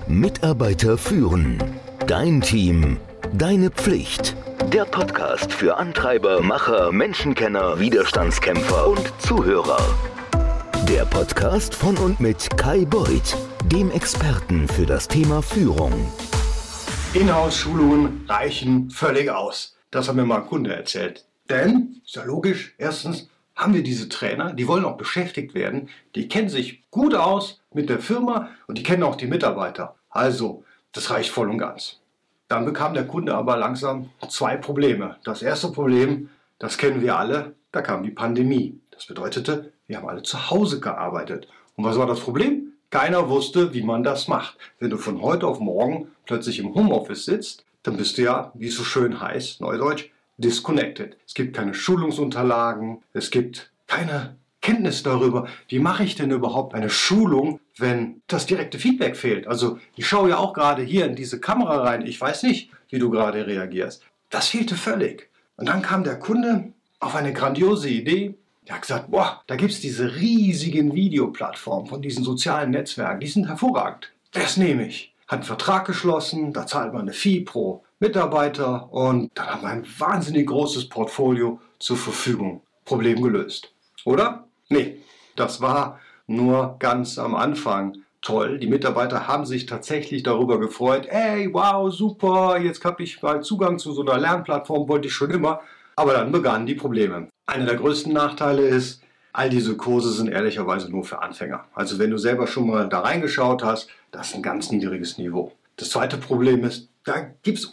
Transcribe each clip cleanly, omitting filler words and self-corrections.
Mitarbeiter führen. Dein Team, deine Pflicht. Der Podcast für Antreiber, Macher, Menschenkenner, Widerstandskämpfer und Zuhörer. Der Podcast von und mit Kai Beuth, dem Experten für das Thema Führung. Inhouse-Schulungen reichen völlig aus. Das hat mir mal ein Kunde erzählt. Denn, ist ja logisch, erstens haben wir diese Trainer, die wollen auch beschäftigt werden, die kennen sich gut aus mit der Firma und die kennen auch die Mitarbeiter. Also, das reicht voll und ganz. Dann bekam der Kunde aber langsam zwei Probleme. Das erste Problem, das kennen wir alle, da kam die Pandemie. Das bedeutete, wir haben alle zu Hause gearbeitet. Und was war das Problem? Keiner wusste, wie man das macht. Wenn du von heute auf morgen plötzlich im Homeoffice sitzt, dann bist du ja, wie es so schön heißt, neudeutsch, disconnected. Es gibt keine Schulungsunterlagen, es gibt keine Kenntnis darüber, wie mache ich denn überhaupt eine Schulung, wenn das direkte Feedback fehlt. Also ich schaue ja auch gerade hier in diese Kamera rein, ich weiß nicht, wie du gerade reagierst. Das fehlte völlig. Und dann kam der Kunde auf eine grandiose Idee. Der hat gesagt, boah, da gibt es diese riesigen Videoplattformen von diesen sozialen Netzwerken, die sind hervorragend. Das nehme ich. Hat einen Vertrag geschlossen, da zahlt man eine Fee pro Mitarbeiter und dann haben wir ein wahnsinnig großes Portfolio zur Verfügung. Problem gelöst. Oder? Nee, das war nur ganz am Anfang toll. Die Mitarbeiter haben sich tatsächlich darüber gefreut. Ey, wow, super, jetzt habe ich mal Zugang zu so einer Lernplattform, wollte ich schon immer. Aber dann begannen die Probleme. Einer der größten Nachteile ist, all diese Kurse sind ehrlicherweise nur für Anfänger. Also wenn du selber schon mal da reingeschaut hast, das ist ein ganz niedriges Niveau. Das zweite Problem ist, da gibt es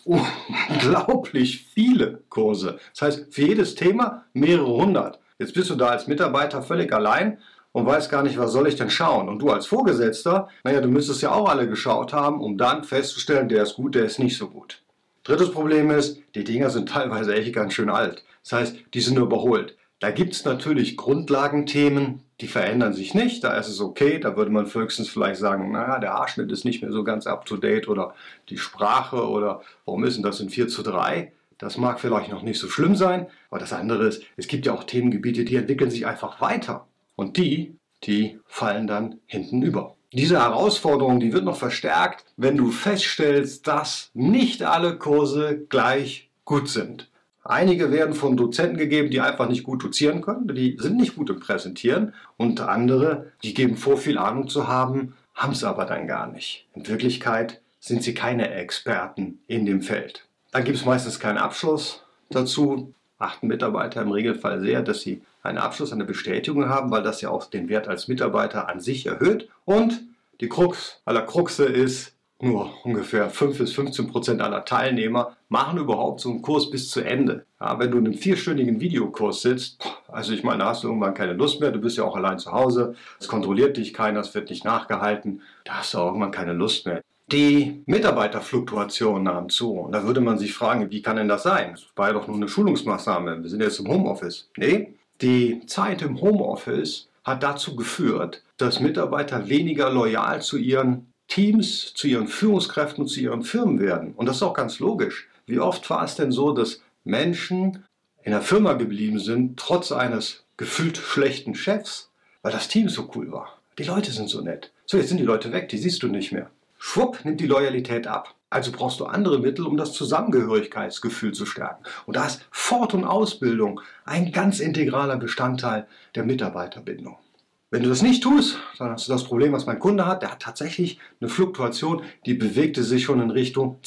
unglaublich viele Kurse. Das heißt, für jedes Thema mehrere hundert. Jetzt bist du da als Mitarbeiter völlig allein und weißt gar nicht, was soll ich denn schauen. Und du als Vorgesetzter, naja, du müsstest ja auch alle geschaut haben, um dann festzustellen, der ist gut, der ist nicht so gut. Drittes Problem ist, die Dinger sind teilweise echt ganz schön alt. Das heißt, die sind überholt. Da gibt es natürlich Grundlagenthemen, die verändern sich nicht. Da ist es okay, da würde man höchstens vielleicht sagen, naja, der Haarschnitt ist nicht mehr so ganz up-to-date oder die Sprache oder warum ist denn das in 4:3? Das mag vielleicht noch nicht so schlimm sein, aber das andere ist, es gibt ja auch Themengebiete, die entwickeln sich einfach weiter und die fallen dann hinten über. Diese Herausforderung, die wird noch verstärkt, wenn du feststellst, dass nicht alle Kurse gleich gut sind. Einige werden von Dozenten gegeben, die einfach nicht gut dozieren können, die sind nicht gut im Präsentieren und andere, die geben vor, viel Ahnung zu haben, haben es aber dann gar nicht. In Wirklichkeit sind sie keine Experten in dem Feld. Dann gibt es meistens keinen Abschluss dazu. Achten Mitarbeiter im Regelfall sehr, dass sie einen Abschluss, eine Bestätigung haben, weil das ja auch den Wert als Mitarbeiter an sich erhöht. Und die Krux aller Kruxe ist, nur ungefähr 5-15% aller Teilnehmer machen überhaupt so einen Kurs bis zu Ende. Ja, wenn du in einem 4-stündigen Videokurs sitzt, also ich meine, da hast du irgendwann keine Lust mehr, du bist ja auch allein zu Hause, es kontrolliert dich keiner, es wird nicht nachgehalten, da hast du auch irgendwann keine Lust mehr. Die Mitarbeiterfluktuation nahm zu und da würde man sich fragen, wie kann denn das sein? Das war ja doch nur eine Schulungsmaßnahme, wir sind jetzt im Homeoffice. Nee, die Zeit im Homeoffice hat dazu geführt, dass Mitarbeiter weniger loyal zu ihren Teams, zu ihren Führungskräften und zu ihren Firmen werden. Und das ist auch ganz logisch. Wie oft war es denn so, dass Menschen in der Firma geblieben sind, trotz eines gefühlt schlechten Chefs, weil das Team so cool war. Die Leute sind so nett. So, jetzt sind die Leute weg, die siehst du nicht mehr. Schwupp, nimmt die Loyalität ab. Also brauchst du andere Mittel, um das Zusammengehörigkeitsgefühl zu stärken. Und da ist Fort- und Ausbildung ein ganz integraler Bestandteil der Mitarbeiterbindung. Wenn du das nicht tust, dann hast du das Problem, was mein Kunde hat. Der hat tatsächlich eine Fluktuation, die bewegte sich schon in Richtung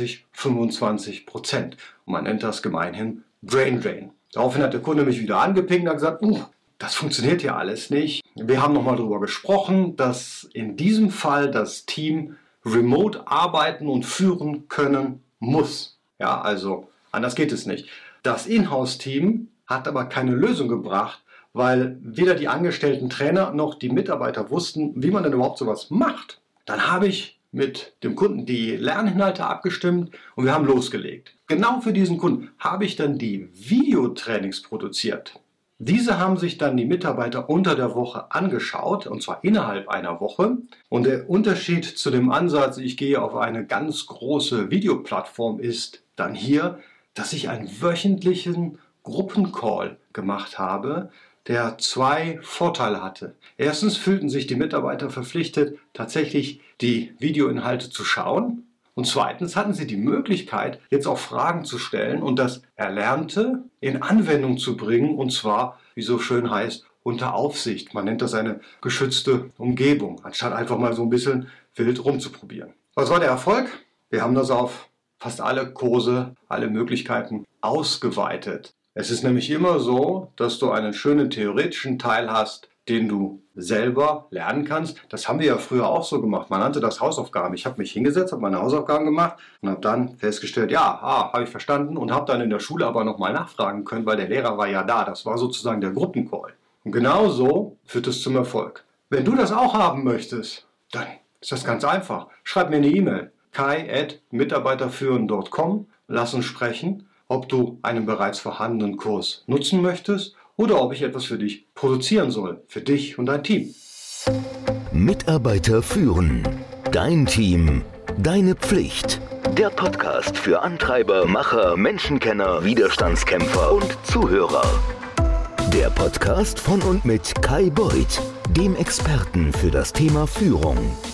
20-25%. Und man nennt das gemeinhin Brain Drain. Daraufhin hat der Kunde mich wieder angepinkt und hat gesagt, das funktioniert ja alles nicht. Wir haben nochmal darüber gesprochen, dass in diesem Fall das Team remote arbeiten und führen können muss. Ja, also anders geht es nicht. Das Inhouse-Team hat aber keine Lösung gebracht, weil weder die angestellten Trainer noch die Mitarbeiter wussten, wie man denn überhaupt sowas macht. Dann habe ich mit dem Kunden die Lerninhalte abgestimmt und wir haben losgelegt. Genau für diesen Kunden habe ich dann die Videotrainings produziert. Diese haben sich dann die Mitarbeiter unter der Woche angeschaut, und zwar innerhalb einer Woche. Und der Unterschied zu dem Ansatz, ich gehe auf eine ganz große Videoplattform, ist dann hier, dass ich einen wöchentlichen Gruppencall gemacht habe der 2 Vorteile hatte. Erstens fühlten sich die Mitarbeiter verpflichtet, tatsächlich die Videoinhalte zu schauen. Und zweitens hatten sie die Möglichkeit, jetzt auch Fragen zu stellen und das Erlernte in Anwendung zu bringen, und zwar, wie so schön heißt, unter Aufsicht. Man nennt das eine geschützte Umgebung, anstatt einfach mal so ein bisschen wild rumzuprobieren. Was war der Erfolg? Wir haben das auf fast alle Kurse, alle Möglichkeiten ausgeweitet. Es ist nämlich immer so, dass du einen schönen theoretischen Teil hast, den du selber lernen kannst. Das haben wir ja früher auch so gemacht. Man nannte das Hausaufgaben. Ich habe mich hingesetzt, habe meine Hausaufgaben gemacht und habe dann festgestellt, ja, habe ich verstanden, und habe dann in der Schule aber nochmal nachfragen können, weil der Lehrer war ja da. Das war sozusagen der Gruppencall. Und genau so führt es zum Erfolg. Wenn du das auch haben möchtest, dann ist das ganz einfach. Schreib mir eine E-Mail, kai@mitarbeiterführen.com. Lass uns sprechen, ob du einen bereits vorhandenen Kurs nutzen möchtest oder ob ich etwas für dich produzieren soll, für dich und dein Team. Mitarbeiter führen. Dein Team, deine Pflicht. Der Podcast für Antreiber, Macher, Menschenkenner, Widerstandskämpfer und Zuhörer. Der Podcast von und mit Kai Beuth, dem Experten für das Thema Führung.